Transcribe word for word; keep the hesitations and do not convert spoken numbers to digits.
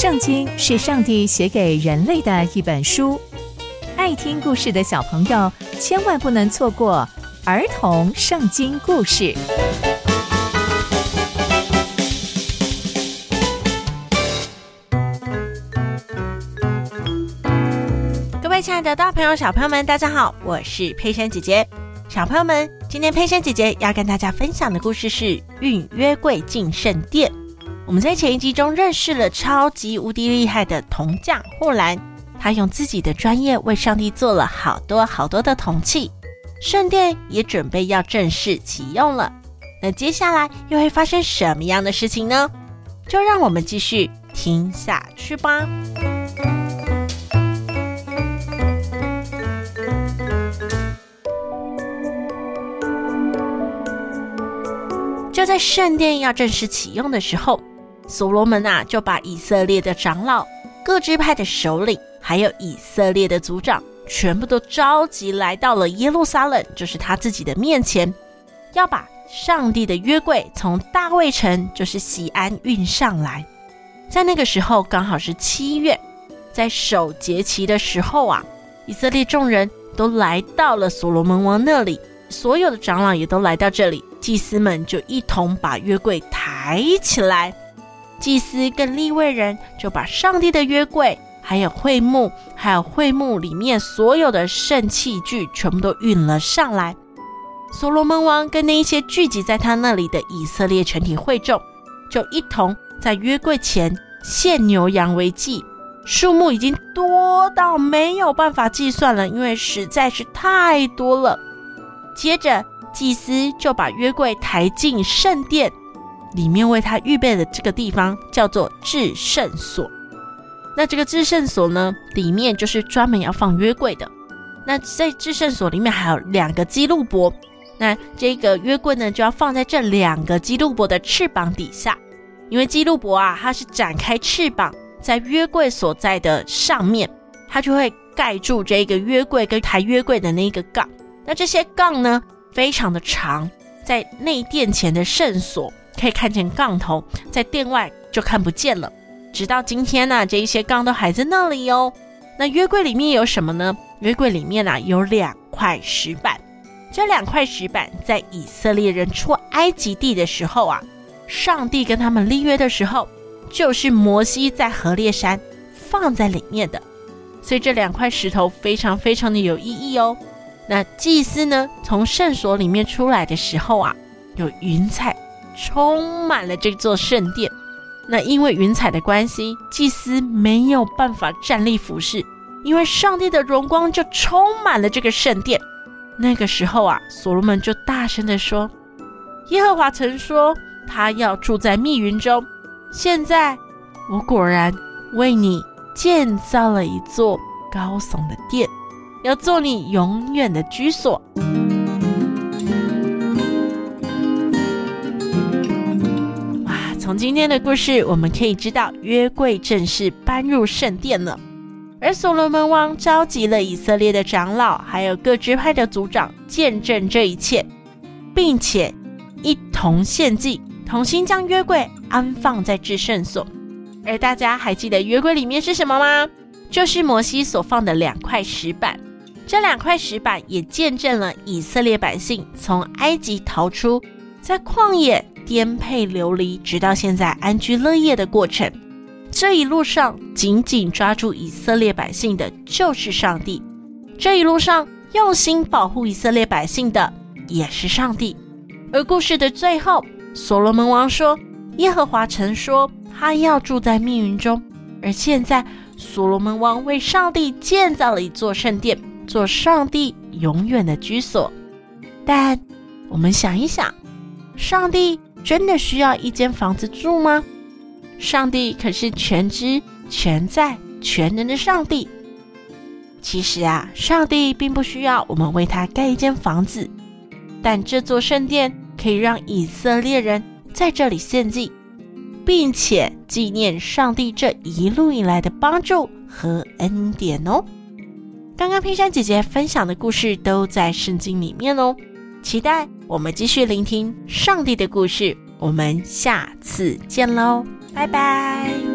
圣经是上帝写给人类的一本书，爱听故事的小朋友千万不能错过儿童圣经故事。 各位亲爱的大朋友小朋友们，大家好，我是佩珊姐姐。小朋友们，今天佩珊姐姐要跟大家分享的故事是运约柜进圣殿。我们在前一集中认识了超级无敌厉害的铜匠霍兰，他用自己的专业为上帝做了好多好多的铜器，圣殿也准备要正式启用了。那接下来又会发生什么样的事情呢？就让我们继续听下去吧。就在圣殿要正式启用的时候，所罗门啊，就把以色列的长老、各支派的首领，还有以色列的族长，全部都召集来到了耶路撒冷，就是他自己的面前，要把上帝的约柜从大卫城，就是锡安运上来。在那个时候刚好是七月，在守节期的时候啊，以色列众人都来到了所罗门王那里，所有的长老也都来到这里，祭司们就一同把约柜抬起来。祭司跟利未人就把上帝的约柜，还有会幕，还有会幕里面所有的圣器具全部都运了上来。所罗门王跟那一些聚集在他那里的以色列全体会众，就一同在约柜前献牛羊为祭，数目已经多到没有办法计算了，因为实在是太多了。接着祭司就把约柜抬进圣殿，里面为他预备的这个地方叫做至圣所。那这个至圣所呢，里面就是专门要放约柜的。那在至圣所里面还有两个基路伯，那这个约柜呢就要放在这两个基路伯的翅膀底下，因为基路伯啊，它是展开翅膀在约柜所在的上面，它就会盖住这个约柜跟抬约柜的那个杠。那这些杠呢非常的长，在内殿前的圣所可以看见杠头，在殿外就看不见了。直到今天呢、啊，这一些杠都还在那里哦。那约柜里面有什么呢？约柜里面啊有两块石板，这两块石板在以色列人出埃及地的时候啊，上帝跟他们立约的时候，就是摩西在何烈山放在里面的，所以这两块石头非常非常的有意义哦。那祭司呢，从圣所里面出来的时候啊，有云彩充满了这座圣殿。那因为云彩的关系，祭司没有办法站立服侍，因为上帝的荣光就充满了这个圣殿。那个时候啊，所罗门就大声地说，耶和华曾说他要住在密云中，现在我果然为你建造了一座高耸的殿，要做你永远的居所。从今天的故事我们可以知道，约柜正式搬入圣殿了。而所罗门王召集了以色列的长老，还有各支派的族长，见证这一切，并且一同献祭，同心将约柜安放在至圣所。而大家还记得约柜里面是什么吗？就是摩西所放的两块石板。这两块石板也见证了以色列百姓从埃及逃出，在旷野颠沛流离，直到现在安居乐业的过程。这一路上紧紧抓住以色列百姓的就是上帝，这一路上用心保护以色列百姓的也是上帝。而故事的最后，所罗门王说，耶和华曾说他要住在密云中，而现在所罗门王为上帝建造了一座圣殿，做上帝永远的居所。但我们想一想，上帝真的需要一间房子住吗？上帝可是全知、全在、全能的上帝。其实啊，上帝并不需要我们为他盖一间房子，但这座圣殿可以让以色列人在这里献祭，并且纪念上帝这一路以来的帮助和恩典哦。刚刚佩珊姐姐分享的故事都在圣经里面哦，期待我们继续聆听上帝的故事，我们下次见喽，拜拜。